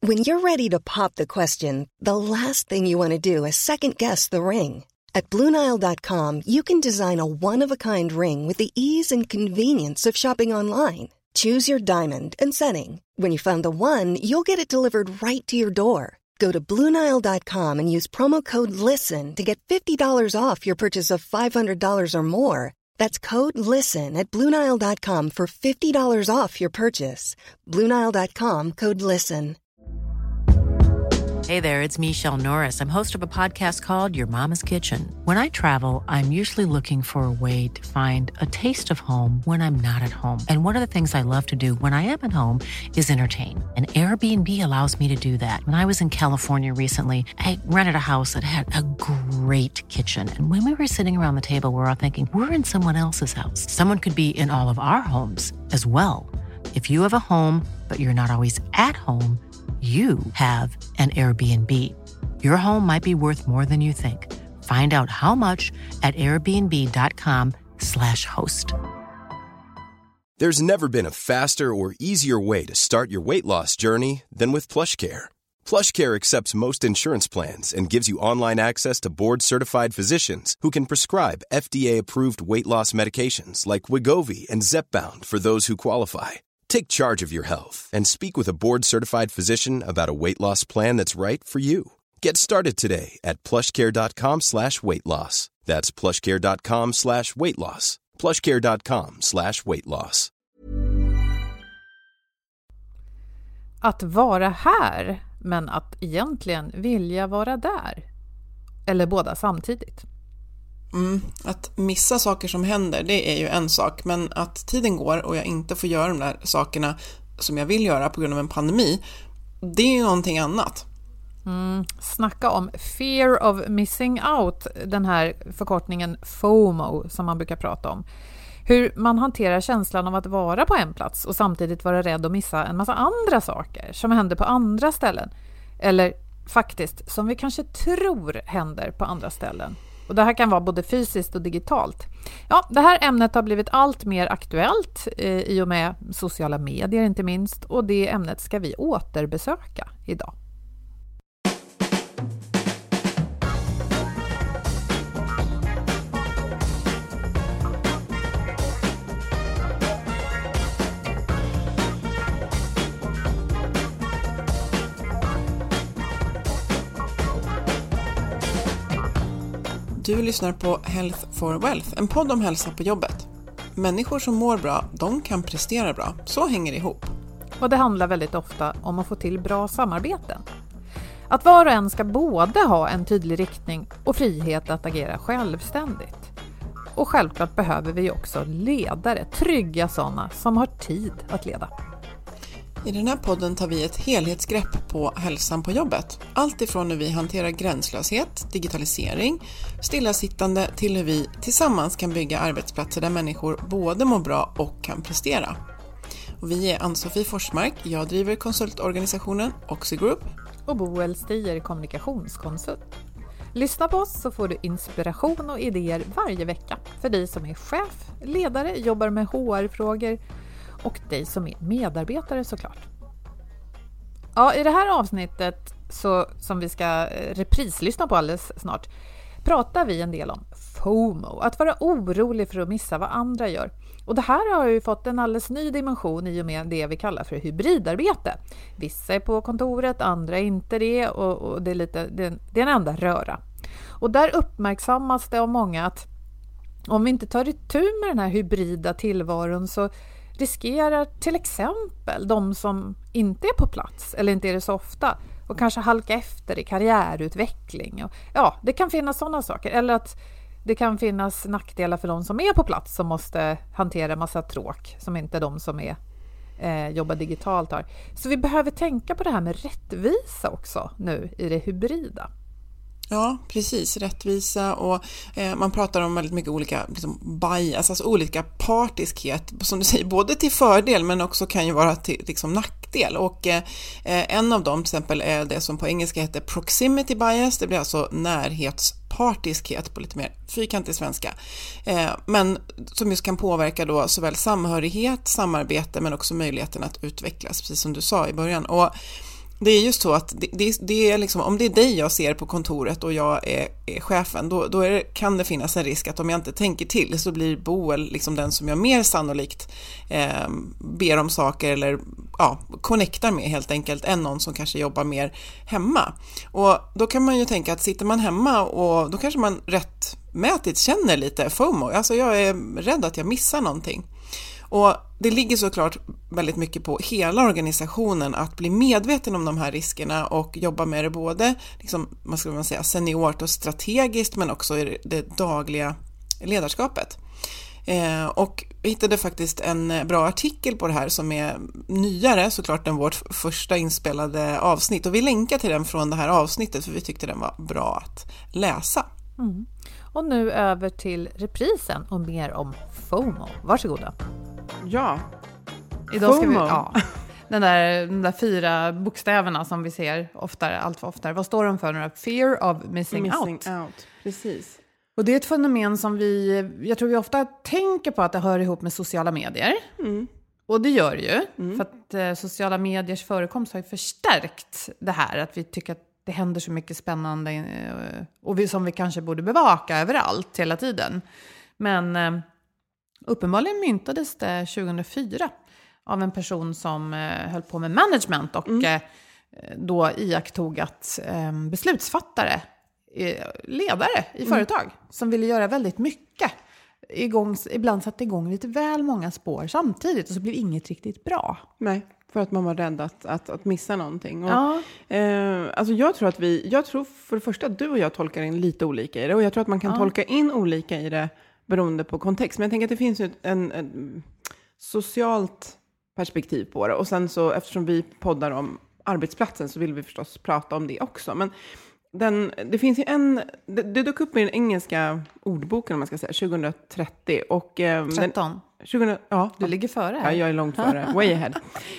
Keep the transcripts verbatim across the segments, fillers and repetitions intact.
When you're ready to pop the question, the last thing you want to do is second-guess the ring. At Blue Nile dot com, you can design a one-of-a-kind ring with the ease and convenience of shopping online. Choose your diamond and setting. When you find the one, you'll get it delivered right to your door. Go to Blue Nile dot com and use promo code LISTEN to get fifty dollars off your purchase of five hundred dollars or more. That's code LISTEN at Blue Nile dot com for fifty dollars off your purchase. Blue Nile dot com, code LISTEN. Hey there, it's Michelle Norris. I'm host of a podcast called Your Mama's Kitchen. When I travel, I'm usually looking for a way to find a taste of home when I'm not at home. And one of the things I love to do when I am at home is entertain. And Airbnb allows me to do that. When I was in California recently, I rented a house that had a great kitchen. And when we were sitting around the table, we were all thinking, we're in someone else's house. Someone could be in all of our homes as well. If you have a home, but you're not always at home, you have an Airbnb. Your home might be worth more than you think. Find out how much at airbnb.com slash host. There's never been a faster or easier way to start your weight loss journey than with PlushCare. PlushCare accepts most insurance plans and gives you online access to board-certified physicians who can prescribe F D A-approved weight loss medications like Wegovy and Zepbound for those who qualify. Take charge of your health and speak with a board-certified physician about a weight loss plan that's right for you. Get started today at plushcare.com slash weight loss. That's plushcare.com slash weight loss. plushcare.com slash weight loss. Att vara här, men att egentligen vilja vara där. Eller båda samtidigt. Mm, att missa saker som händer, det är ju en sak. Men att tiden går och jag inte får göra de där sakerna som jag vill göra på grund av en pandemi, det är ju någonting annat. Mm, snacka om fear of missing out, den här förkortningen FOMO som man brukar prata om. Hur man hanterar känslan av att vara på en plats och samtidigt vara rädd att missa en massa andra saker som händer på andra ställen. Eller faktiskt som vi kanske tror händer på andra ställen. Och det här kan vara både fysiskt och digitalt. Ja, det här ämnet har blivit allt mer aktuellt eh, i och med sociala medier inte minst. Och det ämnet ska vi återbesöka idag. Du lyssnar på Health for Wealth, en podd om hälsa på jobbet. Människor som mår bra, de kan prestera bra. Så hänger det ihop. Och det handlar väldigt ofta om att få till bra samarbeten. Att var och en ska både ha en tydlig riktning och frihet att agera självständigt. Och självklart behöver vi också ledare, trygga sådana som har tid att leda. I den här podden tar vi ett helhetsgrepp på hälsan på jobbet. Allt ifrån hur vi hanterar gränslöshet, digitalisering, stillasittande till hur vi tillsammans kan bygga arbetsplatser där människor både mår bra och kan prestera. Och vi är Ann-Sofie Forsmark, jag driver konsultorganisationen Oxigroup. Och Boel Stier, kommunikationskonsult. Lyssna på oss så får du inspiration och idéer varje vecka för dig som är chef, ledare, jobbar med H R-frågor och dig som är medarbetare såklart. Ja, i det här avsnittet så, som vi ska reprislyssna på alldeles snart, pratar vi en del om FOMO, att vara orolig för att missa vad andra gör. Och det här har ju fått en alldeles ny dimension i och med det vi kallar för hybridarbete. Vissa är på kontoret, andra inte det och, och det, är lite, det, det är en enda röra. Och där uppmärksammas det av många att om vi inte tar itu med den här hybrida tillvaron så riskerar till exempel de som inte är på plats eller inte är det så ofta och kanske halka efter i karriärutveckling. Och, ja, det kan finnas sådana saker. Eller att det kan finnas nackdelar för de som är på plats som måste hantera massa tråk som inte de som är eh, jobbar digitalt har. Så vi behöver tänka på det här med rättvisa också nu i det hybrida. Ja, precis. Rättvisa och eh, man pratar om väldigt mycket olika liksom, bias, alltså olika partiskhet som du säger, både till fördel men också kan ju vara till liksom, nackdel. Och eh, en av dem till exempel är det som på engelska heter proximity bias, det blir alltså närhetspartiskhet på lite mer fyrkantig svenska. Eh, men som just kan påverka då såväl samhörighet, samarbete men också möjligheten att utvecklas, precis som du sa i början. Och Det är just så att det, det, det är liksom, om det är dig jag ser på kontoret och jag är, är chefen, då, då är det, kan det finnas en risk att om jag inte tänker till så blir Boel liksom den som jag mer sannolikt eh, ber om saker eller ja, connectar med helt enkelt än någon som kanske jobbar mer hemma. Och då kan man ju tänka att sitter man hemma och då kanske man rättmätigt känner lite FOMO. Alltså jag är rädd att jag missar någonting. Och det ligger såklart väldigt mycket på hela organisationen att bli medveten om de här riskerna och jobba med det både liksom, vad ska man säga, seniort och strategiskt men också i det dagliga ledarskapet. Eh, och vi hittade faktiskt en bra artikel på det här som är nyare såklart än vårt första inspelade avsnitt. Och vi länkar till den från det här avsnittet för vi tyckte den var bra att läsa. Mm. Och nu över till reprisen och mer om FOMO. Varsågoda. Ja, idag ska vi, ja, den där, de där fyra bokstäverna som vi ser oftare, allt för oftare. Vad står de för nu? Fear of missing, missing out. out. Precis. Och det är ett fenomen som vi, jag tror vi ofta tänker på att det hör ihop med sociala medier. Mm. Och det gör det ju. Mm. För att eh, sociala mediers förekomst har ju förstärkt det här. Att vi tycker att det händer så mycket spännande eh, och vi, som vi kanske borde bevaka överallt hela tiden. Men eh, uppenbarligen myntades det tjugohundrafyra av en person som eh, höll på med management och mm. eh, då iakttog att eh, beslutsfattare, eh, ledare i mm. företag som ville göra väldigt mycket igång, ibland satte igång lite väl många spår samtidigt och så blev inget riktigt bra. Nej, för att man var rädd att, att, att missa någonting. Och, ja. eh, alltså jag tror att vi, jag tror för det första att du och jag tolkar in lite olika i det och jag tror att man kan ja. tolka in olika i det beroende på kontext. Men jag tänker att det finns ju en, en socialt perspektiv på det. Och sen så, eftersom vi poddar om arbetsplatsen så vill vi förstås prata om det också. Men den, det finns ju en, det, det dök upp i den engelska ordboken om man ska säga, tjugohundratrettio. Och, eh, tretton. Den, tjugo, ja, du ligger före här. Ja, jag är långt före. Way ahead.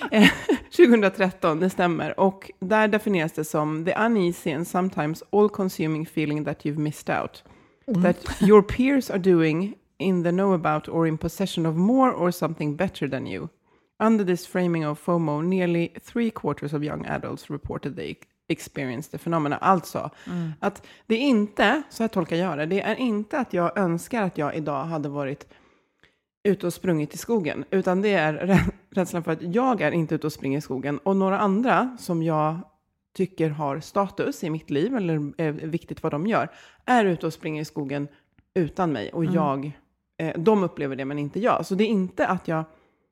tjugohundratretton, det stämmer. Och där definieras det som the uneasy and sometimes all-consuming feeling that you've missed out. Mm. That your peers are doing in the know about or in possession of more or something better than you. Under this framing of FOMO, nearly three quarters of young adults reported they experienced the phenomena. Alltså, mm. att det är inte, så här tolkar jag det, det är inte att jag önskar att jag idag hade varit ute och sprungit i skogen, utan det är rädslan för att jag är inte ute och springer i skogen och några andra som jag tycker har status i mitt liv eller är viktigt vad de gör, är ute och springer i skogen utan mig och mm. jag, eh, de upplever det men inte jag. Så det är inte att jag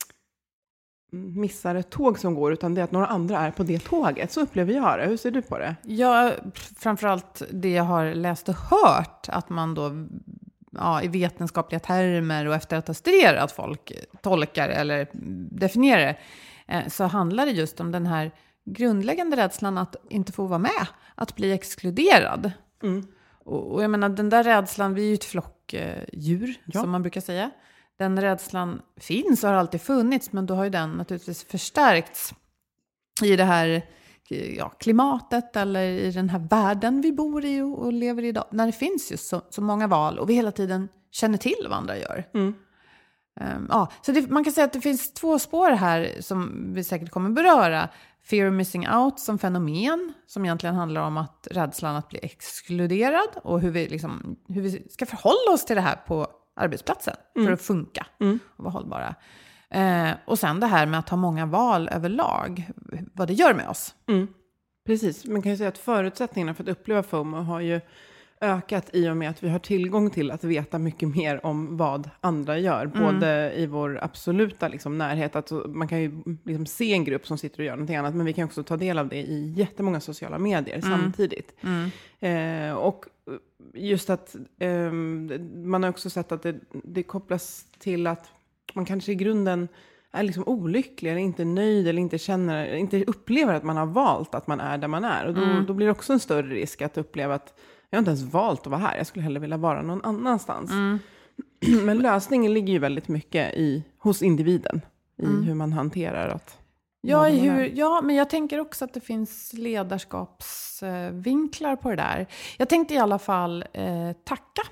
missar ett tåg som går utan det är att några andra är på det tåget. Så upplever jag det. Hur ser du på det? Ja, framförallt det jag har läst och hört att man då ja, i vetenskapliga termer och efter att ha studerat folk tolkar eller definierar det eh, så handlar det just om den här grundläggande rädslan att inte få vara med, att bli exkluderad. Mm. Och, och jag menar, den där rädslan, vi är ju ett flockdjur eh, ja. som man brukar säga. Den rädslan finns och har alltid funnits, men då har ju den naturligtvis förstärkts i det här ja, klimatet eller i den här världen vi bor i och, och lever i idag. När det finns ju så, så många val och vi hela tiden känner till vad andra gör. Mm. Um, ja, så det, man kan säga att det finns två spår här som vi säkert kommer beröra. Fear of missing out som fenomen som egentligen handlar om att rädslan att bli exkluderad och hur vi, liksom, hur vi ska förhålla oss till det här på arbetsplatsen mm. för att funka mm. och vara hållbara. Eh, och sen det här med att ha många val överlag, vad det gör med oss. Mm. Precis, man kan ju säga att förutsättningarna för att uppleva FOMO har ju ökat i och med att vi har tillgång till att veta mycket mer om vad andra gör. Mm. Både i vår absoluta liksom, närhet. Att man kan ju liksom, se en grupp som sitter och gör någonting annat. Men vi kan också ta del av det i jättemånga sociala medier mm. samtidigt. Mm. Eh, och just att eh, man har också sett att det, det kopplas till att man kanske i grunden är liksom olycklig eller inte nöjd eller inte känner, inte upplever att man har valt att man är där man är. Och då, mm. då blir det också en större risk att uppleva att jag har inte ens valt att vara här. Jag skulle hellre vilja vara någon annanstans. Mm. Men lösningen ligger ju väldigt mycket i, hos individen. I mm. hur man hanterar att... Ja, i hur, ja, men jag tänker också att det finns ledarskapsvinklar på det där. Jag tänkte i alla fall eh, tacka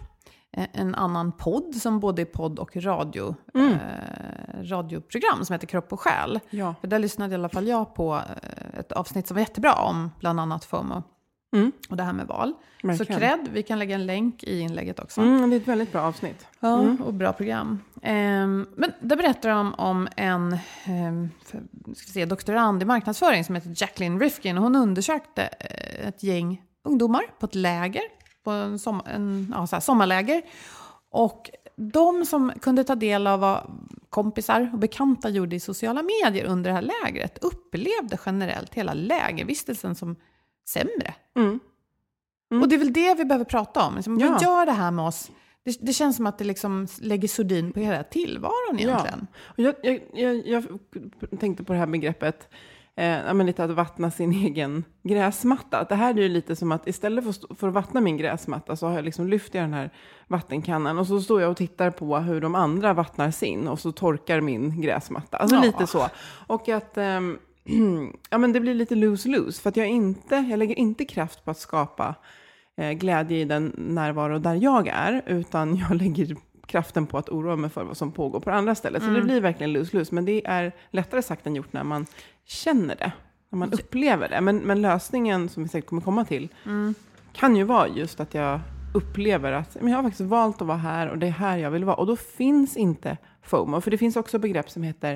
en annan podd som både är podd och radio, mm. eh, radioprogram som heter Kropp och själ. Ja. För där lyssnade i alla fall jag på ett avsnitt som var jättebra om bland annat FOMO. Mm. Och det här med val. Verkligen. Så cred, vi kan lägga en länk i inlägget också. Mm, det är ett väldigt bra avsnitt. Ja, mm. och bra program. Ehm, men där berättar de om en ehm, för, ska vi se, doktorand i marknadsföring som heter Jacqueline Rifkin. Och hon undersökte ett gäng ungdomar på ett läger, på en, som, en ja, så här, sommarläger. Och de som kunde ta del av vad kompisar och bekanta gjorde i sociala medier under det här lägret upplevde generellt hela lägervistelsen som sämre. Mm. Mm. Och det är väl det vi behöver prata om. Liksom, ja. Vad gör det här med oss? Det, det känns som att det liksom lägger sordin på hela tillvaron egentligen. Ja. Jag, jag, jag, jag tänkte på det här begreppet eh, men lite att vattna sin egen gräsmatta. Det här är ju lite som att istället för, för att vattna min gräsmatta så har jag liksom lyft i den här vattenkannan och så står jag och tittar på hur de andra vattnar sin och så torkar min gräsmatta. Alltså ja. Lite så. Och att eh, ja, men det blir lite lose-lose för att jag inte, jag lägger inte kraft på att skapa eh, glädje i den närvaro där jag är, utan jag lägger kraften på att oroa mig för vad som pågår på andra ställen. Mm. Så det blir verkligen lose-lose, men det är lättare sagt än gjort när man känner det, när man upplever det. Men, men lösningen som vi säkert kommer komma till mm. kan ju vara just att jag upplever att men jag har faktiskt valt att vara här och det är här jag vill vara. Och då finns inte FOMO, för det finns också begrepp som heter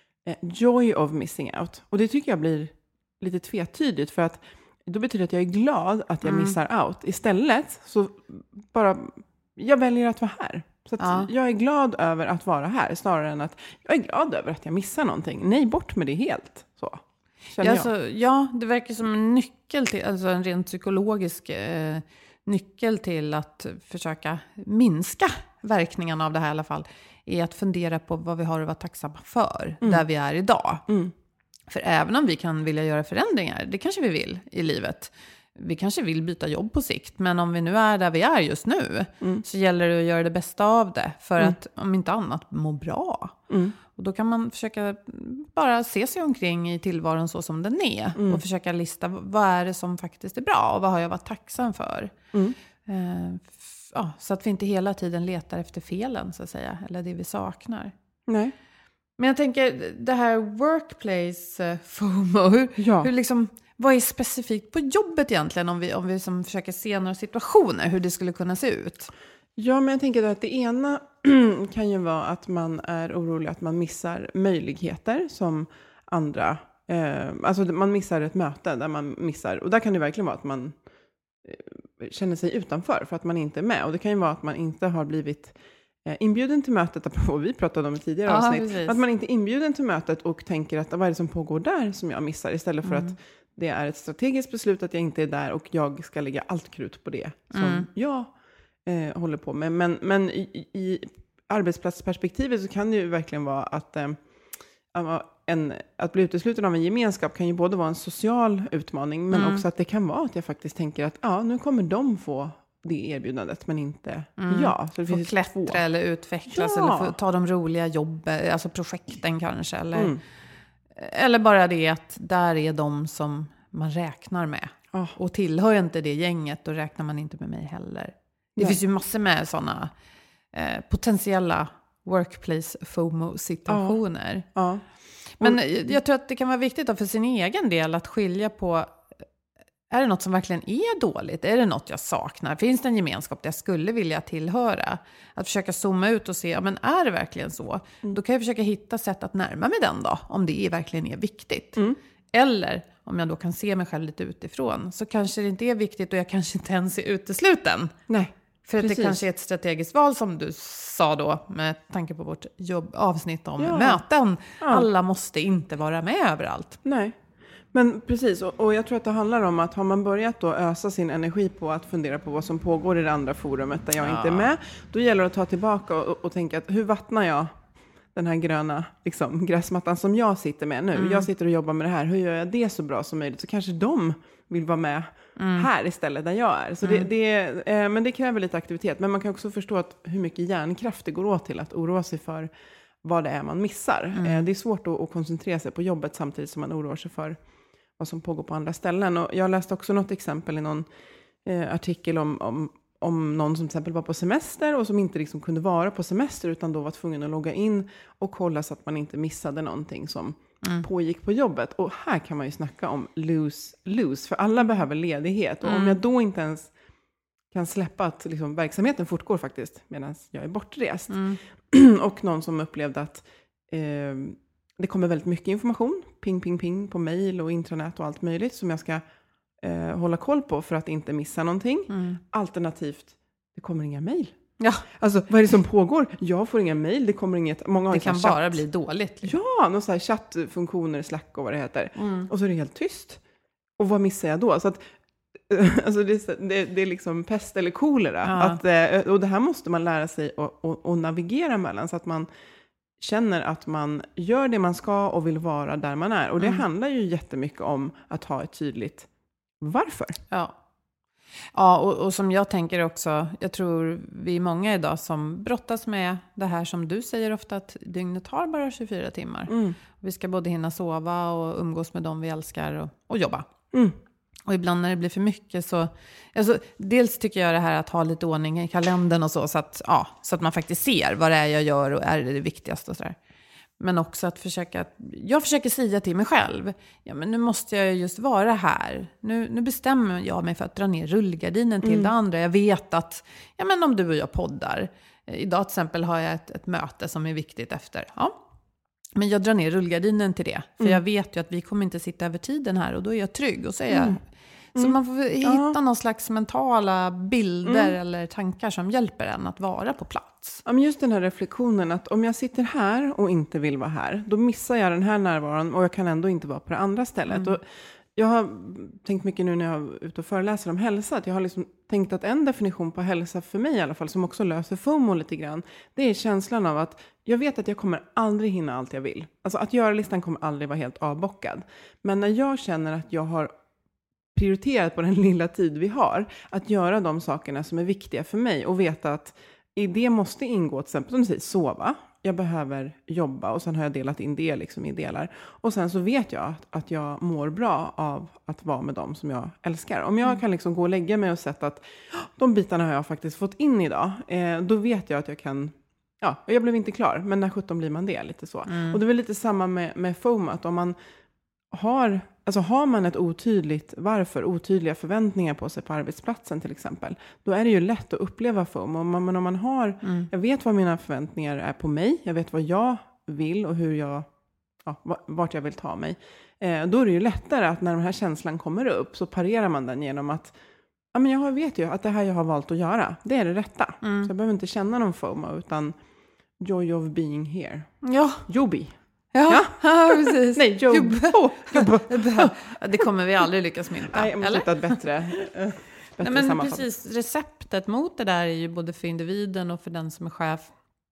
joy of missing out. Och det tycker jag blir lite tvetydigt för att då betyder det att jag är glad att jag mm. missar out. Istället så bara, jag väljer att vara här. Så att ja. Jag är glad över att vara här snarare än att jag är glad över att jag missar någonting. Nej, bort med det helt. Så. Ja, alltså, ja, det verkar som en nyckel till, alltså en rent psykologisk eh, nyckel till att försöka minska verkningarna av det här i alla fall. Är att fundera på vad vi har att vara tacksamma för mm. där vi är idag. Mm. För även om vi kan vilja göra förändringar, det kanske vi vill i livet. Vi kanske vill byta jobb på sikt, men om vi nu är där vi är just nu mm. så gäller det att göra det bästa av det för mm. att om inte annat må bra. Mm. Och då kan man försöka bara se sig omkring i tillvaron så som den är mm. och försöka lista vad är det som faktiskt är bra och vad har jag varit tacksam för. Mm. Eh, Ja, så att vi inte hela tiden letar efter felen så att säga. Eller det vi saknar. Nej. Men jag tänker det här workplace FOMO. Hur, ja. hur liksom, vad är specifikt på jobbet egentligen? Om vi, om vi som försöker se några situationer. Hur det skulle kunna se ut. Ja, men jag tänker att det ena kan ju vara att man är orolig att man missar möjligheter som andra. Eh, alltså man missar ett möte där man missar. Och där kan det verkligen vara att man känner sig utanför för att man inte är med. Och det kan ju vara att man inte har blivit eh, inbjuden till mötet, apropå vi pratade om i tidigare ja, avsnitt. Precis. Att man inte är inbjuden till mötet och tänker att vad är det som pågår där som jag missar, istället för mm. att det är ett strategiskt beslut att jag inte är där och jag ska lägga allt krut på det som mm. jag eh, håller på med. Men, men i, i arbetsplatsperspektivet så kan det ju verkligen vara att eh, En, att bli utesluten av en gemenskap kan ju både vara en social utmaning men mm. också att det kan vara att jag faktiskt tänker att ja, nu kommer de få det erbjudandet men inte mm. jag. Så det få finns klättra två. Eller utvecklas ja. Eller få ta de roliga jobben, alltså projekten kanske. Eller, mm. eller bara det att där är de som man räknar med. Oh. Och tillhör inte det gänget, då räknar man inte med mig heller. Det Nej. Finns ju massor med sådana eh, potentiella workplace FOMO-situationer. Ja. Ja. Men jag tror att det kan vara viktigt för sin egen del att skilja på, är det något som verkligen är dåligt? Är det något jag saknar? Finns det en gemenskap där jag skulle vilja tillhöra? Att försöka zooma ut och se, ja, men är det verkligen så? Mm. Då kan jag försöka hitta sätt att närma mig den då, om det är, verkligen är viktigt. Mm. Eller om jag då kan se mig själv lite utifrån, så kanske det inte är viktigt och jag kanske inte ens är utesluten. Nej. För att Precis. det kanske är ett strategiskt val som du sa då, med tanke på vårt jobbavsnitt om ja. möten. Ja. Alla måste inte vara med överallt. Nej, men precis. Och, och jag tror att det handlar om att har man börjat då ösa sin energi på att fundera på vad som pågår i det andra forumet där jag ja. inte är med. Då gäller det att ta tillbaka och, och tänka att hur vattnar jag den här gröna liksom, gräsmattan som jag sitter med nu. Mm. Jag sitter och jobbar med det här. Hur gör jag det så bra som möjligt? Så kanske de vill vara med mm. här istället där jag är. Så mm. det, det, eh, men det kräver lite aktivitet. Men man kan också förstå att hur mycket hjärnkraft det går åt till att oroa sig för vad det är man missar. Mm. Eh, det är svårt att, att koncentrera sig på jobbet samtidigt som man oroar sig för vad som pågår på andra ställen. Och jag läste också något exempel i någon eh, artikel om, om om någon som till exempel var på semester och som inte liksom kunde vara på semester utan då var tvungen att logga in och kolla så att man inte missade någonting som mm. pågick på jobbet. Och här kan man ju snacka om lose-lose, för alla behöver ledighet. Och mm. om jag då inte ens kan släppa att liksom, verksamheten fortgår faktiskt medan jag är bortrest. Mm. Och någon som upplevde att eh, det kommer väldigt mycket information, ping, ping, ping på mejl och intranät och allt möjligt som jag ska eh, hålla koll på för att inte missa någonting. Mm. Alternativt, det kommer inga mejl. Ja. Alltså, vad är det som pågår? Jag får inga mejl, det kommer inget... Många har det kan chatt. bara bli dåligt. Liksom. Ja, någon så här chattfunktioner, Slack och vad det heter. Mm. Och så är det helt tyst. Och vad missar jag då? Så att, alltså det, det, det är liksom pest eller kolera. Ja. Att, och det här måste man lära sig att, att, att navigera mellan så att man känner att man gör det man ska och vill vara där man är. Och det mm. handlar ju jättemycket om att ha ett tydligt varför. Ja. Ja, och, och som jag tänker också, jag tror vi är många idag som brottas med det här som du säger ofta, att dygnet har bara tjugofyra timmar. Mm. Vi ska både hinna sova och umgås med dem vi älskar och, och jobba. Mm. Och ibland när det blir för mycket så... Alltså, dels tycker jag det här att ha lite ordning i kalendern och så, så att, ja, så att man faktiskt ser vad det är jag gör och är det det viktigaste och sådär. Men också att försöka... Jag försöker säga till mig själv, ja men nu måste jag just vara här. Nu, nu bestämmer jag mig för att dra ner rullgardinen till mm. det andra. Jag vet att, ja men om du och jag poddar. Idag till exempel har jag ett, ett möte som är viktigt efter. Ja. Men jag drar ner rullgardinen till det. För mm. jag vet ju att vi kommer inte sitta över tiden här. Och då är jag trygg. Och så är jag... Mm. Så mm. man får hitta ja. någon slags mentala bilder mm. eller tankar som hjälper en att vara på plats. Ja, men just den här reflektionen att om jag sitter här och inte vill vara här, då missar jag den här närvaron och jag kan ändå inte vara på det andra stället. Mm. Och jag har tänkt mycket nu när jag är ute och föreläser om hälsa, att jag har liksom tänkt att en definition på hälsa för mig i alla fall, som också löser FOMO lite grann, det är känslan av att jag vet att jag kommer aldrig hinna allt jag vill. Alltså att göra-listan kommer aldrig vara helt avbockad. Men när jag känner att jag har prioriterat på den lilla tid vi har, att göra de sakerna som är viktiga för mig och veta att i det måste ingå till exempel som du säger, sova. Jag behöver jobba och sen har jag delat in det liksom i delar. Och sen så vet jag att, att jag mår bra av att vara med dem som jag älskar. Om jag mm. kan liksom gå och lägga mig och sätta att de bitarna har jag faktiskt fått in idag, eh, då vet jag att jag kan, ja, jag blev inte klar, men när sjutton blir man det, lite så. Mm. Och det är väl lite samma med, med FOMO, att om man har, alltså har man ett otydligt varför, otydliga förväntningar på sig på arbetsplatsen till exempel, då är det ju lätt att uppleva FOMO. Men om man har, mm. jag vet vad mina förväntningar är på mig, jag vet vad jag vill och hur jag, ja, vart jag vill ta mig, eh, då är det ju lättare att när den här känslan kommer upp så parerar man den genom att, ja men jag vet ju att det här jag har valt att göra, det är det rätta. Mm. Så jag behöver inte känna någon FOMO utan joy of being here. Ja. Jobi. Ja, ja. ja, precis. Nej, jobb. Jobb. Oh, jobb. Det kommer vi aldrig lyckas mynta. Nej, jag måste hitta ett bättre, bättre Nej, men precis, receptet mot det där är ju både för individen och för den som är chef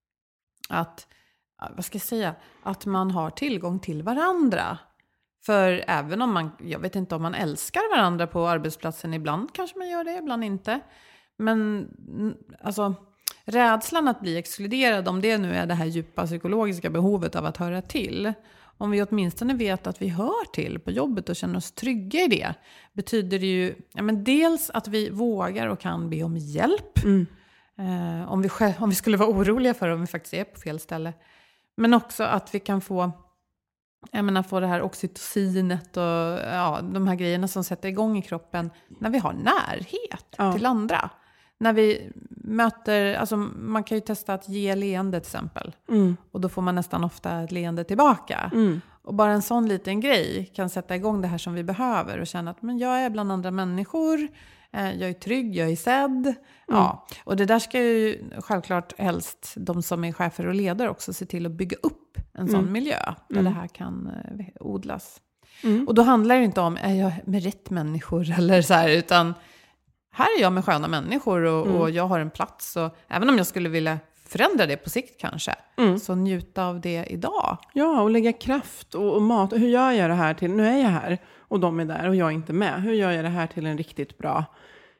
att, vad ska jag säga, att man har tillgång till varandra. För även om man, jag vet inte om man älskar varandra på arbetsplatsen, ibland kanske man gör det, ibland inte. Men alltså... rädslan att bli exkluderad, om det nu är det här djupa psykologiska behovet av att höra till. Om vi åtminstone vet att vi hör till på jobbet och känner oss trygga i det, betyder det ju, ja, men dels att vi vågar och kan be om hjälp. Mm. Eh, om, vi själv, om vi skulle vara oroliga för om vi faktiskt är på fel ställe. Men också att vi kan få, jag menar, få det här oxytocinet och ja, de här grejerna som sätter igång i kroppen när vi har närhet ja. till andra. När vi möter, alltså man kan ju testa att ge leende till exempel. Mm. Och då får man nästan ofta ett leende tillbaka. Mm. Och bara en sån liten grej kan sätta igång det här som vi behöver. Och känna att men jag är bland andra människor. Eh, jag är trygg, jag är sedd. Mm. Ja. Och det där ska ju självklart helst de som är chefer och ledare också se till att bygga upp en sån mm. miljö. Där mm. det här kan eh, odlas. Mm. Och då handlar det inte om, är jag med rätt människor eller så här, utan... här är jag med sköna människor och, mm. och jag har en plats. Och även om jag skulle vilja förändra det på sikt kanske. Mm. Så njuta av det idag. Ja, och lägga kraft och, och mat. Hur gör jag det här till? Nu är jag här och de är där och jag är inte med. Hur gör jag det här till en riktigt bra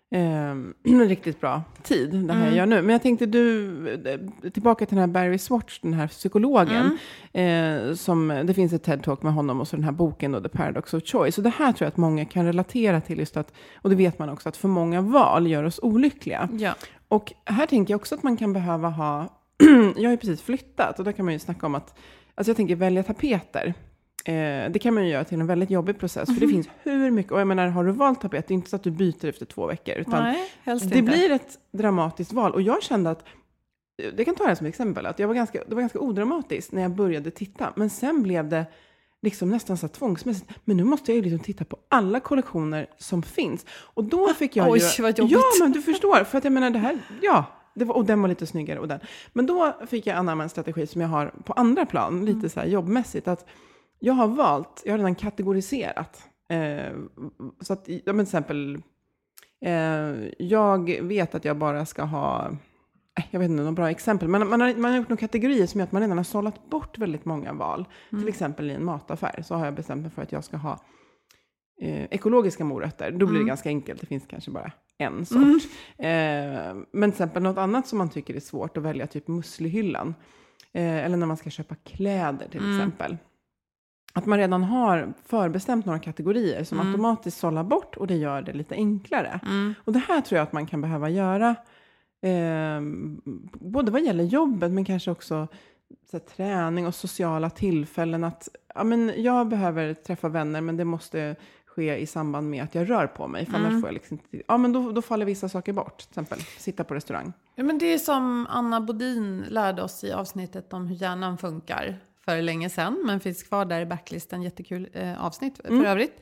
eh, riktigt bra tid, det här mm. jag gör nu. Men jag tänkte, du, tillbaka till den här Barry Schwartz, den här psykologen. Mm. Eh, som, det finns ett TED-talk med honom och så den här boken då, The Paradox of Choice. Och det här tror jag att många kan relatera till, just att, och det vet man också, att för många val gör oss olyckliga. Ja. Och här tänker jag också att man kan behöva ha, jag har ju precis flyttat och då kan man ju snacka om att, alltså jag tänker välja tapeter. Eh, det kan man ju göra till en väldigt jobbig process. Mm. För det finns hur mycket, och jag menar, har du valt tapet, det är inte så att du byter efter två veckor. Utan Nej, helst det inte. blir ett dramatiskt val. Och jag kände att, det kan ta det som exempel, att jag var ganska, det var ganska odramatiskt när jag började titta. Men sen blev det liksom nästan så tvångsmässigt. Men nu måste jag ju liksom titta på alla kollektioner som finns. Och då fick jag Oj, ju... vad jobbigt. Ja, men du förstår. För att jag menar det här, ja... Det var, och den var lite snyggare. Och den. Men då fick jag anamma en strategi som jag har på andra plan. Lite så här jobbmässigt. Att jag har valt, jag har redan kategoriserat. Eh, så att, ja, men till exempel, eh, jag vet att jag bara ska ha, eh, jag vet inte, några bra exempel. Men man har, man har gjort några kategorier som gör att man redan har sållat bort väldigt många val. Mm. Till exempel i en mataffär så har jag bestämt mig för att jag ska ha eh, ekologiska morötter. Då blir det mm. ganska enkelt, det finns kanske bara en sort. Mm. Eh, men till exempel något annat som man tycker är svårt att välja, typ muslihyllan. Eh, eller när man ska köpa kläder till mm. exempel. Att man redan har förbestämt några kategorier som mm. automatiskt sållar bort, och det gör det lite enklare. Mm. Och det här tror jag att man kan behöva göra eh, både vad gäller jobbet men kanske också så här, träning och sociala tillfällen. Att ja, men jag behöver träffa vänner, men det måste ske i samband med att jag rör på mig. För mm. annars får jag liksom inte, ja, men då, då faller vissa saker bort. Till exempel sitta på restaurang. Ja, men det är som Anna Bodin lärde oss i avsnittet om hur hjärnan funkar för länge sedan. Men finns kvar där i backlisten. Jättekul eh, avsnitt för mm. övrigt.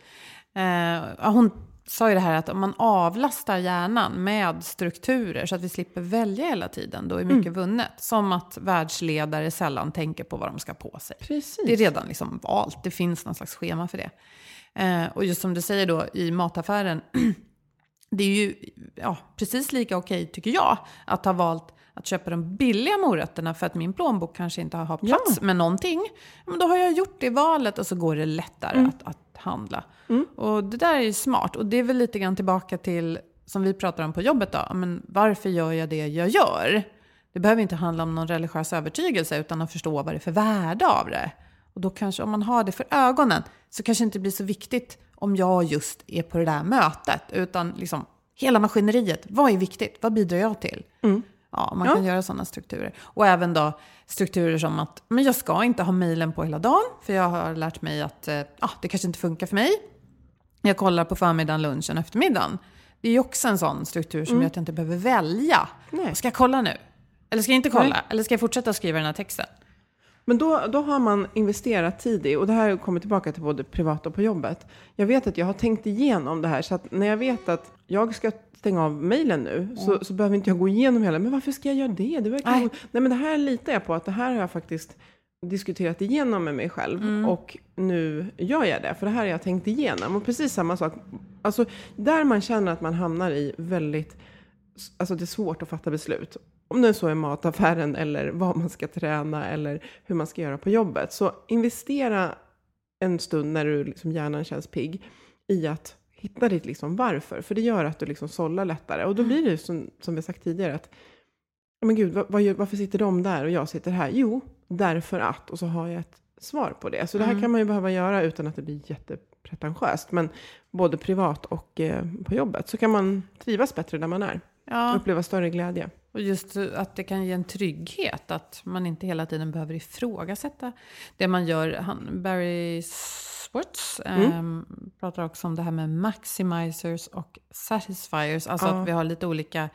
Eh, hon sa ju det här att om man avlastar hjärnan med strukturer så att vi slipper välja hela tiden, då är mycket mm. vunnet. Som att världsledare sällan tänker på vad de ska på sig. Precis. Det är redan liksom valt. Det finns någon slags schema för det. Eh, och just som du säger då i mataffären, det är ju ja, precis lika okej tycker jag att ha valt att köpa de billiga morötterna för att min plånbok kanske inte har plats ja. med någonting. Men då har jag gjort det valet och så går det lättare mm. att, att handla. Mm. Och det där är ju smart. Och det är väl lite grann tillbaka till, som vi pratar om på jobbet då. Men varför gör jag det jag gör? Det behöver inte handla om någon religiös övertygelse utan att förstå vad det är för värde av det. Och då kanske om man har det för ögonen så kanske det inte blir så viktigt om jag just är på det där mötet. Utan liksom hela maskineriet. Vad är viktigt? Vad bidrar jag till? Mm. Ja, man kan ja. göra sådana strukturer. Och även då strukturer som att men jag ska inte ha mejlen på hela dagen. För jag har lärt mig att eh, ah, det kanske inte funkar för mig. Jag kollar på förmiddagen, lunchen, eftermiddagen. Det är ju också en sån struktur som mm. gör att jag inte behöver välja. Nej. Ska jag kolla nu? Eller ska jag inte kolla? Nej. Eller ska jag fortsätta skriva den här texten? Men då, då har man investerat tid i, och det här kommer tillbaka till både privat och på jobbet. Jag vet att jag har tänkt igenom det här, så att när jag vet att jag ska stänga av mejlen nu mm. så, så behöver inte jag gå igenom hela. Men varför ska jag göra det? det verkar Nej. Nej, men det här litar jag på, att det här har jag faktiskt diskuterat igenom med mig själv. Mm. Och nu gör jag det, för det här har jag tänkt igenom. Och precis samma sak, alltså där man känner att man hamnar i väldigt, alltså det är svårt att fatta beslut. Om det så är mataffären eller vad man ska träna eller hur man ska göra på jobbet. Så investera en stund när du liksom hjärnan känns pigg i att hitta ditt liksom varför. För det gör att du liksom sållar lättare. Och då blir det som, som vi sagt tidigare att men gud, vad, vad, varför sitter de där och jag sitter här? Jo, därför att. Och så har jag ett svar på det. Så det här mm. kan man ju behöva göra utan att det blir jättepretentiöst. Men både privat och eh, på jobbet så kan man trivas bättre där man är. Ja. Uppleva större glädje. Och just att det kan ge en trygghet att man inte hela tiden behöver ifrågasätta det man gör. Han, Barry Schwartz mm. eh, pratar också om det här med maximizers och satisfiers. Alltså ja. att vi har lite olika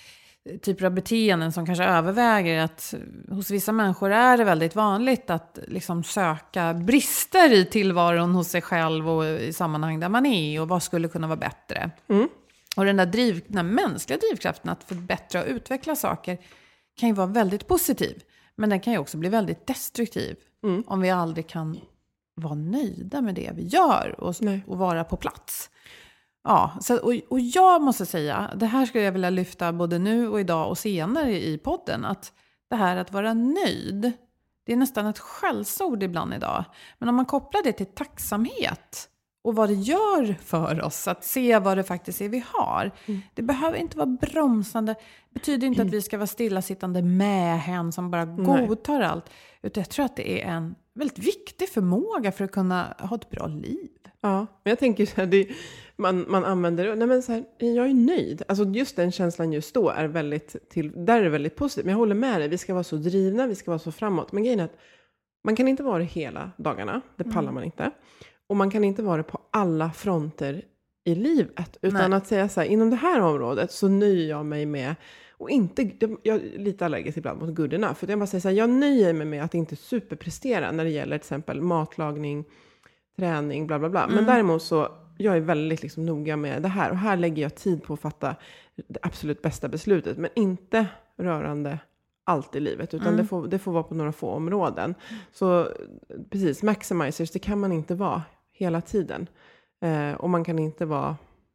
typer av beteenden som kanske överväger. Att hos vissa människor är det väldigt vanligt att liksom söka brister i tillvaron hos sig själv och i sammanhang där man är och vad skulle kunna vara bättre. Mm. Och den där, driv, den där mänskliga drivkraften att förbättra och utveckla saker kan ju vara väldigt positiv. Men den kan ju också bli väldigt destruktiv. Mm. Om vi aldrig kan vara nöjda med det vi gör och, och vara på plats. Ja, så, och, och jag måste säga, det här skulle jag vilja lyfta både nu och idag och senare i podden. Att det här att vara nöjd, det är nästan ett skällsord ibland idag. Men om man kopplar det till tacksamhet och vad det gör för oss. Att se vad det faktiskt är vi har. Mm. Det behöver inte vara bromsande. Det betyder inte mm. att vi ska vara stillasittande med hen som bara godtar Nej. allt. Utan jag tror att det är en väldigt viktig förmåga för att kunna ha ett bra liv. Ja, men jag tänker så här, det, man, man använder det, nej men så här, jag är nöjd. Alltså just den känslan just då är väldigt, till, där är det väldigt positivt. Men jag håller med dig, vi ska vara så drivna, vi ska vara så framåt. Men grejen är att man kan inte vara det hela dagarna, det pallar mm. man inte. Och man kan inte vara det på alla fronter i livet. Utan nej. att säga så här, inom det här området så nöjer jag mig med, och inte, jag är lite allergisk ibland mot good enough. För jag bara säger så här, jag nöjer mig med att inte superprestera när det gäller till exempel matlagning, träning, bla bla bla. Mm. Men däremot så, jag är väldigt liksom noga med det här. Och här lägger jag tid på att fatta det absolut bästa beslutet. Men inte rörande allt i livet. Utan mm. det, får, det får vara på några få områden. Så precis, maximizers, det kan man inte vara hela tiden. Eh, och man kan inte vara,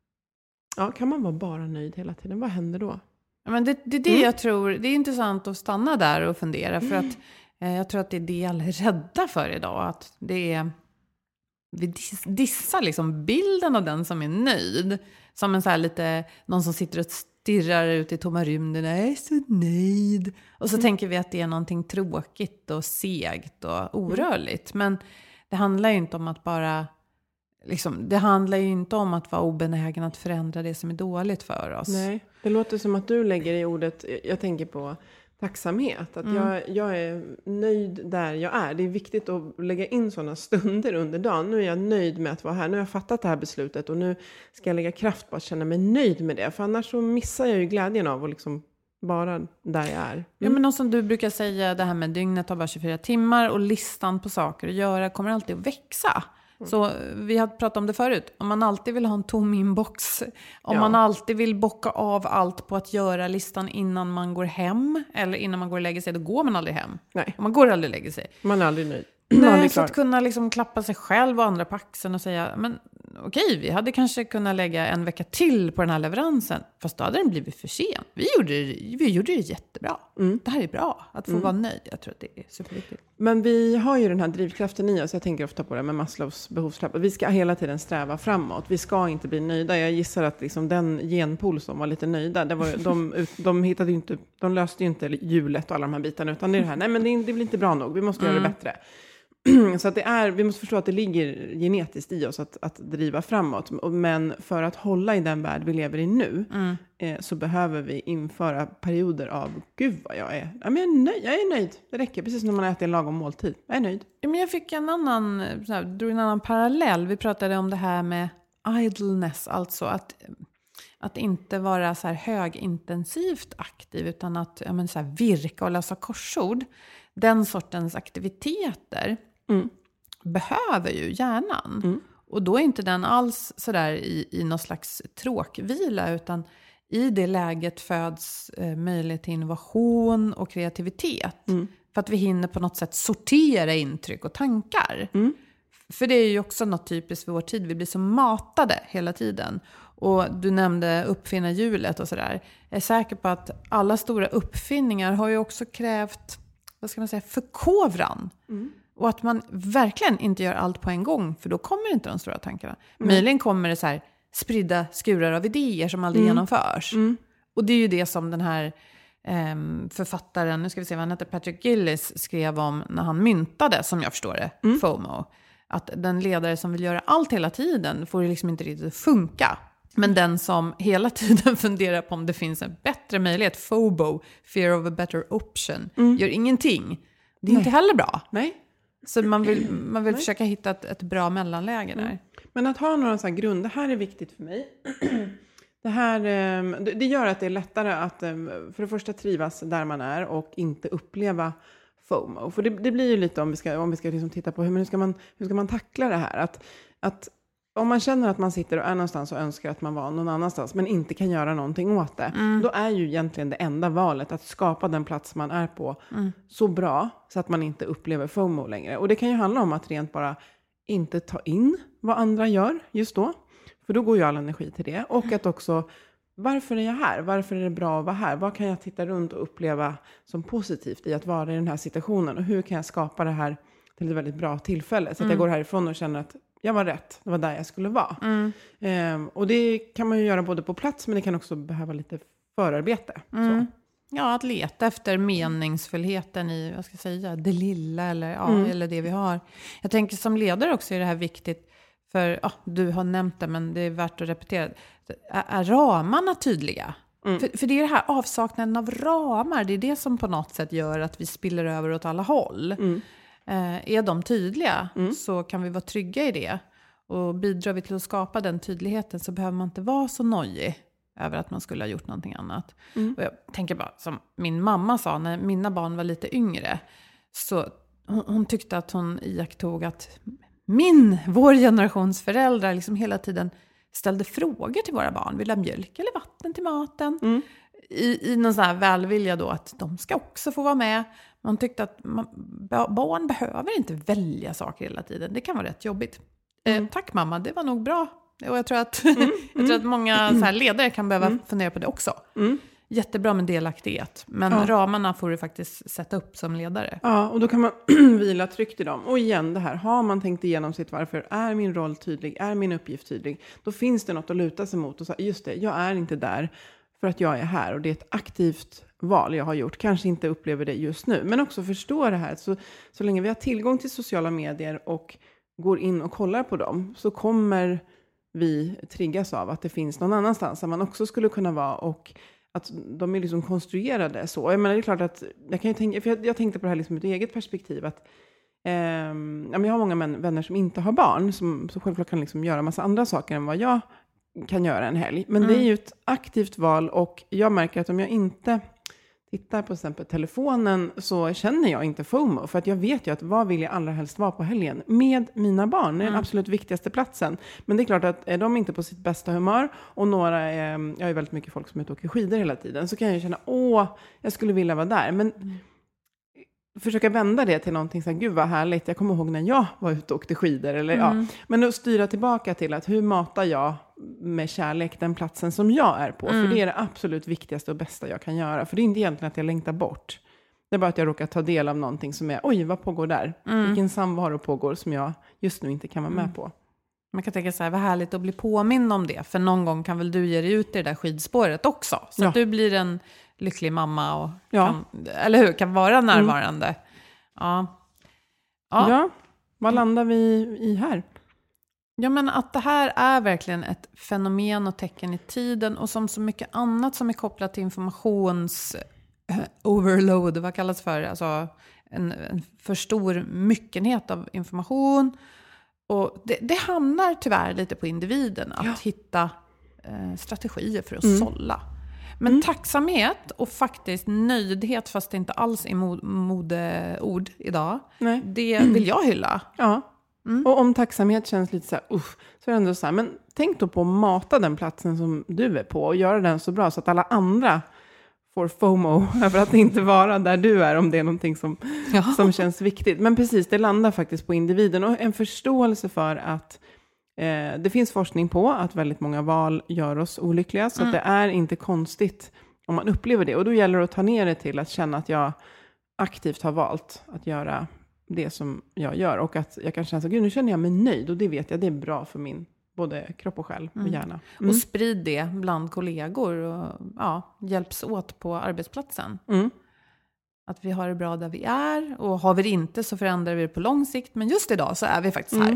ja, kan man vara bara nöjd hela tiden? Vad händer då? Ja, men det, det är det mm. jag tror, det är intressant att stanna där och fundera. För att eh, jag tror att det är det alla är rädda för idag. Att det är, vi diss, dissar liksom bilden av den som är nöjd. Som en så här lite, någon som sitter och stirrar ut i tomma rymden. Jag är så nöjd. Och så mm. tänker vi att det är någonting tråkigt och segt och orörligt. Men det handlar ju inte om att bara, liksom, det handlar ju inte om att vara obenägen att förändra det som är dåligt för oss. Nej, det låter som att du lägger i ordet, jag tänker på tacksamhet. Att mm. jag, jag är nöjd där jag är. Det är viktigt att lägga in sådana stunder under dagen. Nu är jag nöjd med att vara här. Nu har jag fattat det här beslutet. Och nu ska jag lägga kraft på att känna mig nöjd med det. För annars så missar jag ju glädjen av att liksom vara där jag är. Mm. Ja, men något som du brukar säga, det här med dygnet har bara tjugofyra timmar. Och listan på saker att göra kommer alltid att växa. Så vi har pratat om det förut. Om man alltid vill ha en tom inbox. Om ja. man alltid vill bocka av allt på att göra listan innan man går hem. Eller innan man går och lägger sig. Då går man aldrig hem. Nej. Och man går aldrig och lägger sig. Man är aldrig nöjd. Nej, så att kunna liksom klappa sig själv och andra på axeln och säga, men okej, vi hade kanske kunnat lägga en vecka till på den här leveransen. Fast då hade den blivit för sen. Vi gjorde det, vi gjorde det jättebra. Mm. Det här är bra, att få mm. vara nöjd. Jag tror att det är superviktigt. Men vi har ju den här drivkraften i oss. Jag tänker ofta på det med Maslows behovstrappa. Vi ska hela tiden sträva framåt. Vi ska inte bli nöjda. Jag gissar att liksom den genpool som var lite nöjda, det var, de, de, hittade ju inte, de löste ju inte hjulet och alla de här bitarna. Utan det är det här, nej men det, det blir inte bra nog. Vi måste mm. göra det bättre. Så att det är, vi måste förstå att det ligger genetiskt i oss att, att driva framåt. Men för att hålla i den värld vi lever i nu mm. eh, så behöver vi införa perioder av, gud vad jag är. Ja, men jag, är nöjd, jag är nöjd. Det räcker, precis när man äter en lagom måltid. Jag är nöjd. Ja, men jag fick en annan, så här, drog en annan parallell. Vi pratade om det här med idleness, alltså att, att inte vara så här högintensivt aktiv utan att ja, men så här, virka och läsa korsord. Den sortens aktiviteter mm. behöver ju hjärnan. Mm. Och då är inte den alls sådär i, i någon slags tråkvila. Utan i det läget föds eh, möjlighet till innovation och kreativitet. Mm. För att vi hinner på något sätt sortera intryck och tankar. Mm. För det är ju också något typiskt för vår tid. Vi blir så matade hela tiden. Och du nämnde uppfinna hjulet och sådär. Jag är säker på att alla stora uppfinningar har ju också krävt, vad ska man säga, förkovran. Mm. Och att man verkligen inte gör allt på en gång. För då kommer inte de stora tankarna. Mm. Möjligen kommer det så här spridda skurar av idéer som aldrig mm. genomförs. Mm. Och det är ju det som den här eh, författaren, nu ska vi se vad han heter, Patrick Gillis skrev om när han myntade, som jag förstår det, mm. FOMO. Att den ledare som vill göra allt hela tiden får ju liksom inte riktigt funka. Men den som hela tiden funderar på om det finns en bättre möjlighet, FOBO, fear of a better option, mm. gör ingenting. Det är Nej. inte heller bra. Nej. Så man vill, man vill försöka hitta ett, ett bra mellanläge där. Mm. Men att ha några sån här grund, det här är viktigt för mig. Det här, det gör att det är lättare att för det första trivas där man är och inte uppleva FOMO. För det, det blir ju lite om vi ska, om vi ska liksom titta på hur, hur, ska man, hur ska man tackla det här. Att, att om man känner att man sitter och är någonstans och önskar att man var någon annanstans men inte kan göra någonting åt det. Mm. Då är ju egentligen det enda valet att skapa den plats man är på mm. så bra så att man inte upplever FOMO längre. Och det kan ju handla om att rent bara inte ta in vad andra gör just då. För då går ju all energi till det. Och att också, varför är jag här? Varför är det bra att vara här? Vad kan jag titta runt och uppleva som positivt i att vara i den här situationen? Och hur kan jag skapa det här till ett väldigt bra tillfälle? Så att mm. jag går härifrån och känner att jag var rätt, det var där jag skulle vara. Mm. Eh, och det kan man ju göra både på plats, men det kan också behöva lite förarbete. Mm. Så. Ja, att leta efter meningsfullheten i, vad ska jag säga, det lilla eller, ja, Mm. eller det vi har. Jag tänker som ledare också är det här viktigt, för ja, du har nämnt det, men det är värt att repetera. Är, är ramarna tydliga? Mm. För, för det är det här avsaknaden av ramar, det är det som på något sätt gör att vi spiller över åt alla håll. Mm. Eh, är de tydliga Mm. så kan vi vara trygga i det. Och bidrar vi till att skapa den tydligheten så behöver man inte vara så nojig över att man skulle ha gjort någonting annat. Mm. Och jag tänker bara, som min mamma sa när mina barn var lite yngre, så hon, hon tyckte att hon iakttog att min, vår generations föräldrar liksom hela tiden ställde frågor till våra barn. Vill ha mjölk eller vatten till maten? Mm. I, I någon sån här välvilja då att de ska också få vara med. Man tyckte att man, barn behöver inte välja saker hela tiden. Det kan vara rätt jobbigt. Mm. Eh, tack mamma, det var nog bra. Och jag tror att, mm. jag tror att många så här ledare kan behöva mm. fundera på det också. Mm. Jättebra med delaktighet. Men ja. ramarna får du faktiskt sätta upp som ledare. Ja, och då kan man vila tryggt i dem. Och igen det här, har man tänkt igenom sitt varför, är min roll tydlig, är min uppgift tydlig, då finns det något att luta sig mot och säga, just det, jag är inte där för att jag är här. Och det är ett aktivt val jag har gjort. Kanske inte upplever det just nu, men också förstå det här. Så, så länge vi har tillgång till sociala medier och går in och kollar på dem, så kommer vi triggas av att det finns någon annanstans där man också skulle kunna vara, och att de är liksom konstruerade så. Jag menar, det är klart att jag kan ju tänka, för jag, jag tänkte på det här liksom ur ett eget perspektiv, att eh, ja, men jag har många män, vänner som inte har barn, som så självklart kan liksom göra massa andra saker än vad jag kan göra en helg. Men mm. det är ju ett aktivt val, och jag märker att om jag inte tittar på till exempel telefonen, så känner jag inte FOMO. För att jag vet ju att vad vill jag allra helst vara på helgen? Med mina barn. Det är den absolut viktigaste platsen. Men det är klart att är de inte på sitt bästa humör, och några är, jag är väldigt mycket folk som är ute och åker skidor hela tiden, så kan jag ju känna, åh, jag skulle vilja vara där. Men mm. försöka vända det till någonting så här, gud vad härligt. Jag kommer ihåg när jag var ute och åkte skidor. Eller, mm. ja. Men att styra tillbaka till att hur matar jag med kärlek den platsen som jag är på. Mm. För det är det absolut viktigaste och bästa jag kan göra. För det är inte egentligen att jag längtar bort. Det är bara att jag råkar ta del av någonting som är, oj, vad pågår där? Mm. Vilken samvaro pågår som jag just nu inte kan vara med mm. på. Man kan tänka så här, vad härligt att bli påminn om det. För någon gång kan väl du ge dig ut i det där skidspåret också. Så ja. att du blir en lycklig mamma och ja. kan, eller hur, kan vara närvarande. Mm. Ja. Ja. ja, vad landar vi i här? Ja, men att det här är verkligen ett fenomen och tecken i tiden, och som så mycket annat som är kopplat till informations overload, vad kallas för, alltså en, en för stor myckenhet av information, och det, det hamnar tyvärr lite på individen att ja. hitta eh, strategier för att mm. sålla. Men mm. tacksamhet och faktiskt nöjdhet, fast det inte alls är mod- modeord idag, Nej. det vill jag hylla. Ja. Mm. Och om tacksamhet känns lite så här, uff, så är det ändå så här, men tänk då på att mata den platsen som du är på och göra den så bra så att alla andra får FOMO över att inte vara där du är, om det är någonting som, ja. som känns viktigt. Men precis, det landar faktiskt på individen, och en förståelse för att eh, det finns forskning på att väldigt många val gör oss olyckliga, så mm. att det är inte konstigt om man upplever det. Och då gäller det att ta ner det till att känna att jag aktivt har valt att göra det som jag gör, och att jag kan känna så, gud, nu känner jag mig nöjd, och det vet jag, det är bra för min både kropp och själ och mm. hjärna. Mm. Och sprid det bland kollegor och ja, hjälps åt på arbetsplatsen. Mm. Att vi har det bra där vi är, och har vi det inte så förändrar vi det på lång sikt, men just idag så är vi faktiskt här. Mm.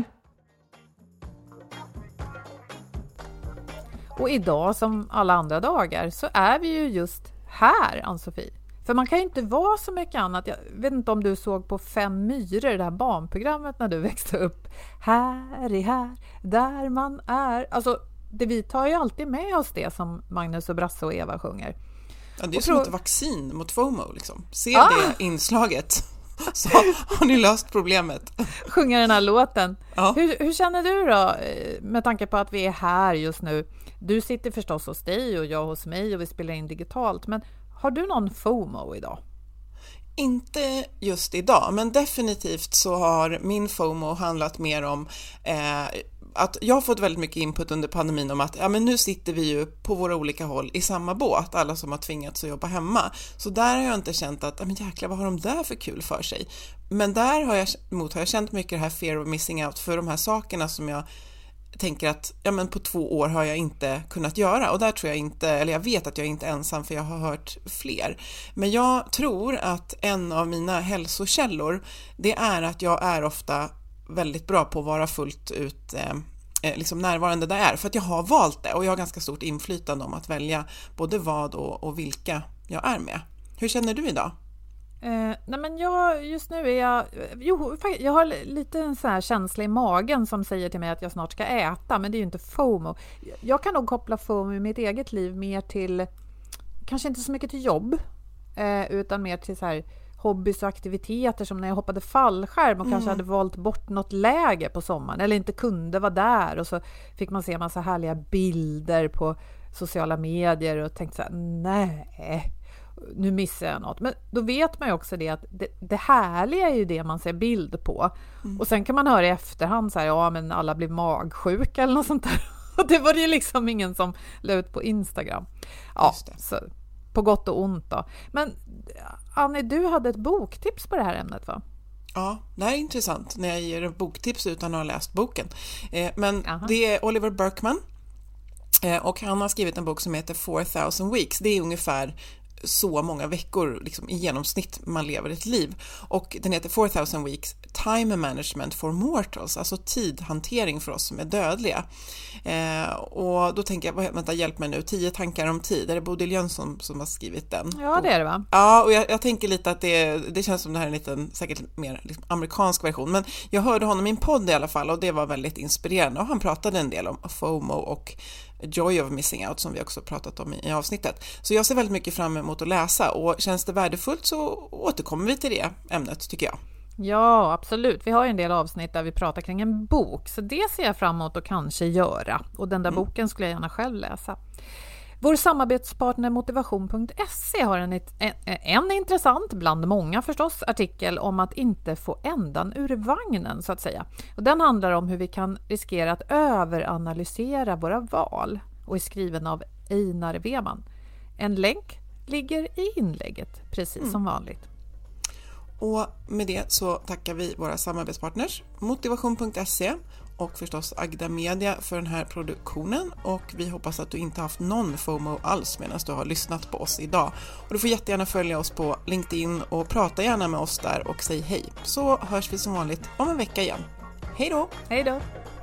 Och idag som alla andra dagar så är vi ju just här, Ann-Sofie. För man kan ju inte vara så mycket annat. Jag vet inte om du såg på Fem myror, det här barnprogrammet när du växte upp. Här är här, där man är. Alltså, det, vi tar ju alltid med oss det som Magnus och Brasse och Eva sjunger. Ja, det är och som tro... ett vaccin mot FOMO liksom. Se ah! det inslaget, så har ni löst problemet. Sjunga den här låten. Ja. Hur, hur känner du då, med tanke på att vi är här just nu? Du sitter förstås hos dig och jag hos mig, och vi spelar in digitalt, men har du någon FOMO idag? Inte just idag, men definitivt så har min FOMO handlat mer om eh, att jag har fått väldigt mycket input under pandemin om att ja, men nu sitter vi ju på våra olika håll i samma båt, alla som har tvingats att jobba hemma. Så där har jag inte känt att, ja men jäklar, vad har de där för kul för sig? Men där har jag, mot har jag känt mycket det här fear of missing out för de här sakerna som jag tänker att ja, men på två år har jag inte kunnat göra, och där tror jag inte, eller jag vet att jag inte är ensam, för jag har hört fler. Men jag tror att en av mina hälsokällor, det är att jag är ofta väldigt bra på att vara fullt ut eh, liksom närvarande där jag är, för att jag har valt det och jag har ganska stort inflytande om att välja både vad och, och vilka jag är med. Hur känner du idag? Eh, nej men jag, just nu är jag, jo, jag har lite en sån här känsla i magen som säger till mig att jag snart ska äta, men det är ju inte FOMO. Jag kan nog koppla FOMO i mitt eget liv mer till, kanske inte så mycket till jobb, eh, utan mer till så här hobbys och aktiviteter, som när jag hoppade fallskärm och mm. kanske hade valt bort något läge på sommaren eller inte kunde vara där, och så fick man se en massa härliga bilder på sociala medier och tänkte så här, nej, nu missar jag något. Men då vet man ju också det att det, det härliga är ju det man ser bild på. Mm. Och sen kan man höra i efterhand så här, ja men alla blir magsjuka eller något sånt där. Och det var det ju liksom ingen som la ut på Instagram. Ja, så på gott och ont då. Men Annie, du hade ett boktips på det här ämnet, va? Ja, det här är intressant när jag ger boktips utan att ha läst boken. Eh, men Aha. det är Oliver Burkeman eh, och han har skrivit en bok som heter four thousand weeks. Det är ungefär så många veckor liksom, i genomsnitt man lever ett liv. Och den heter four thousand weeks Time Management for Mortals, alltså tidhantering för oss som är dödliga. Eh, och då tänker jag, vänta, hjälp mig nu, tio tankar om tid. Är det Bodil Jönsson som har skrivit den? Ja, det är det, va? Ja, och jag, jag tänker lite att det, det känns som det här är en liten, säkert mer liksom, amerikansk version. Men jag hörde honom i en podd i alla fall, och det var väldigt inspirerande. Och han pratade en del om FOMO och Joy of Missing Out, som vi också pratat om i, i avsnittet. Så jag ser väldigt mycket fram emot att läsa, och känns det värdefullt så återkommer vi till det ämnet, tycker jag. Ja, absolut. Vi har ju en del avsnitt där vi pratar kring en bok, så det ser jag fram emot att kanske göra. Och den där mm. boken skulle jag gärna själv läsa. Vår samarbetspartner motivation punkt se har en, en, en intressant, bland många förstås, artikel om att inte få ändan ur vagnen, så att säga. Och den handlar om hur vi kan riskera att överanalysera våra val, och är skriven av Einar Weman. En länk ligger i inlägget, precis mm. som vanligt. Och med det så tackar vi våra samarbetspartners motivation punkt se och förstås Agda Media för den här produktionen, och vi hoppas att du inte haft någon FOMO alls medan du har lyssnat på oss idag. Och du får jättegärna följa oss på LinkedIn och prata gärna med oss där och säg hej. Så hörs vi som vanligt om en vecka igen. Hej då! Hej då!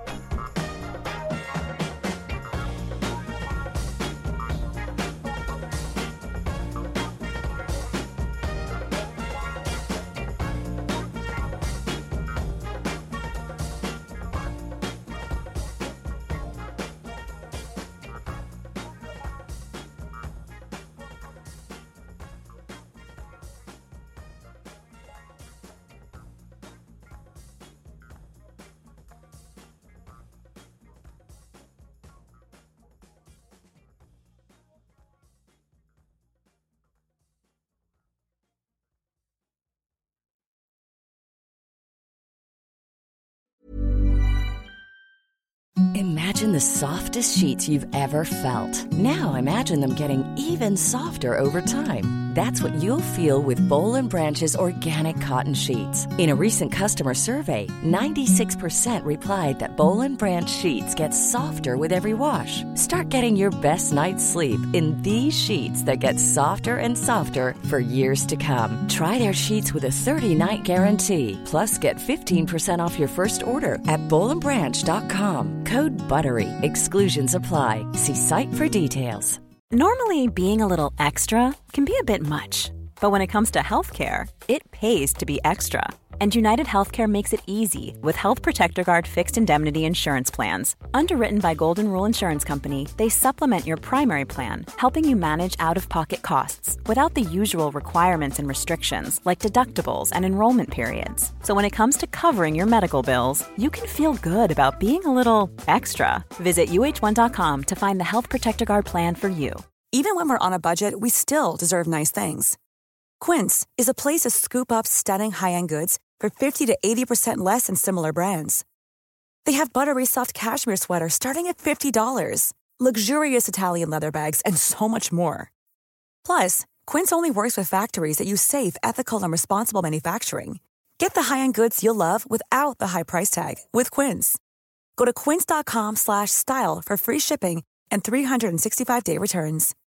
Imagine the softest sheets you've ever felt. Now imagine them getting even softer over time. That's what you'll feel with Boll and Branch's organic cotton sheets. In a recent customer survey, ninety-six percent replied that Boll and Branch sheets get softer with every wash. Start getting your best night's sleep in these sheets that get softer and softer for years to come. Try their sheets with a thirty-night guarantee. Plus, get fifteen percent off your first order at boll and branch dot com. Code BUTTERY. Exclusions apply. See site for details. Normally, being a little extra can be a bit much. But when it comes to healthcare, it pays to be extra. And United Healthcare makes it easy with Health Protector Guard fixed indemnity insurance plans. Underwritten by Golden Rule Insurance Company, they supplement your primary plan, helping you manage out-of-pocket costs without the usual requirements and restrictions like deductibles and enrollment periods. So when it comes to covering your medical bills, you can feel good about being a little extra. Visit U H one dot com to find the Health Protector Guard plan for you. Even when we're on a budget, we still deserve nice things. Quince is a place to scoop up stunning high-end goods for fifty to eighty percent less than similar brands. They have buttery soft cashmere sweaters starting at fifty dollars, luxurious Italian leather bags, and so much more. Plus, Quince only works with factories that use safe, ethical, and responsible manufacturing. Get the high-end goods you'll love without the high price tag with Quince. Go to quince dot com slash style for free shipping and three sixty-five day returns.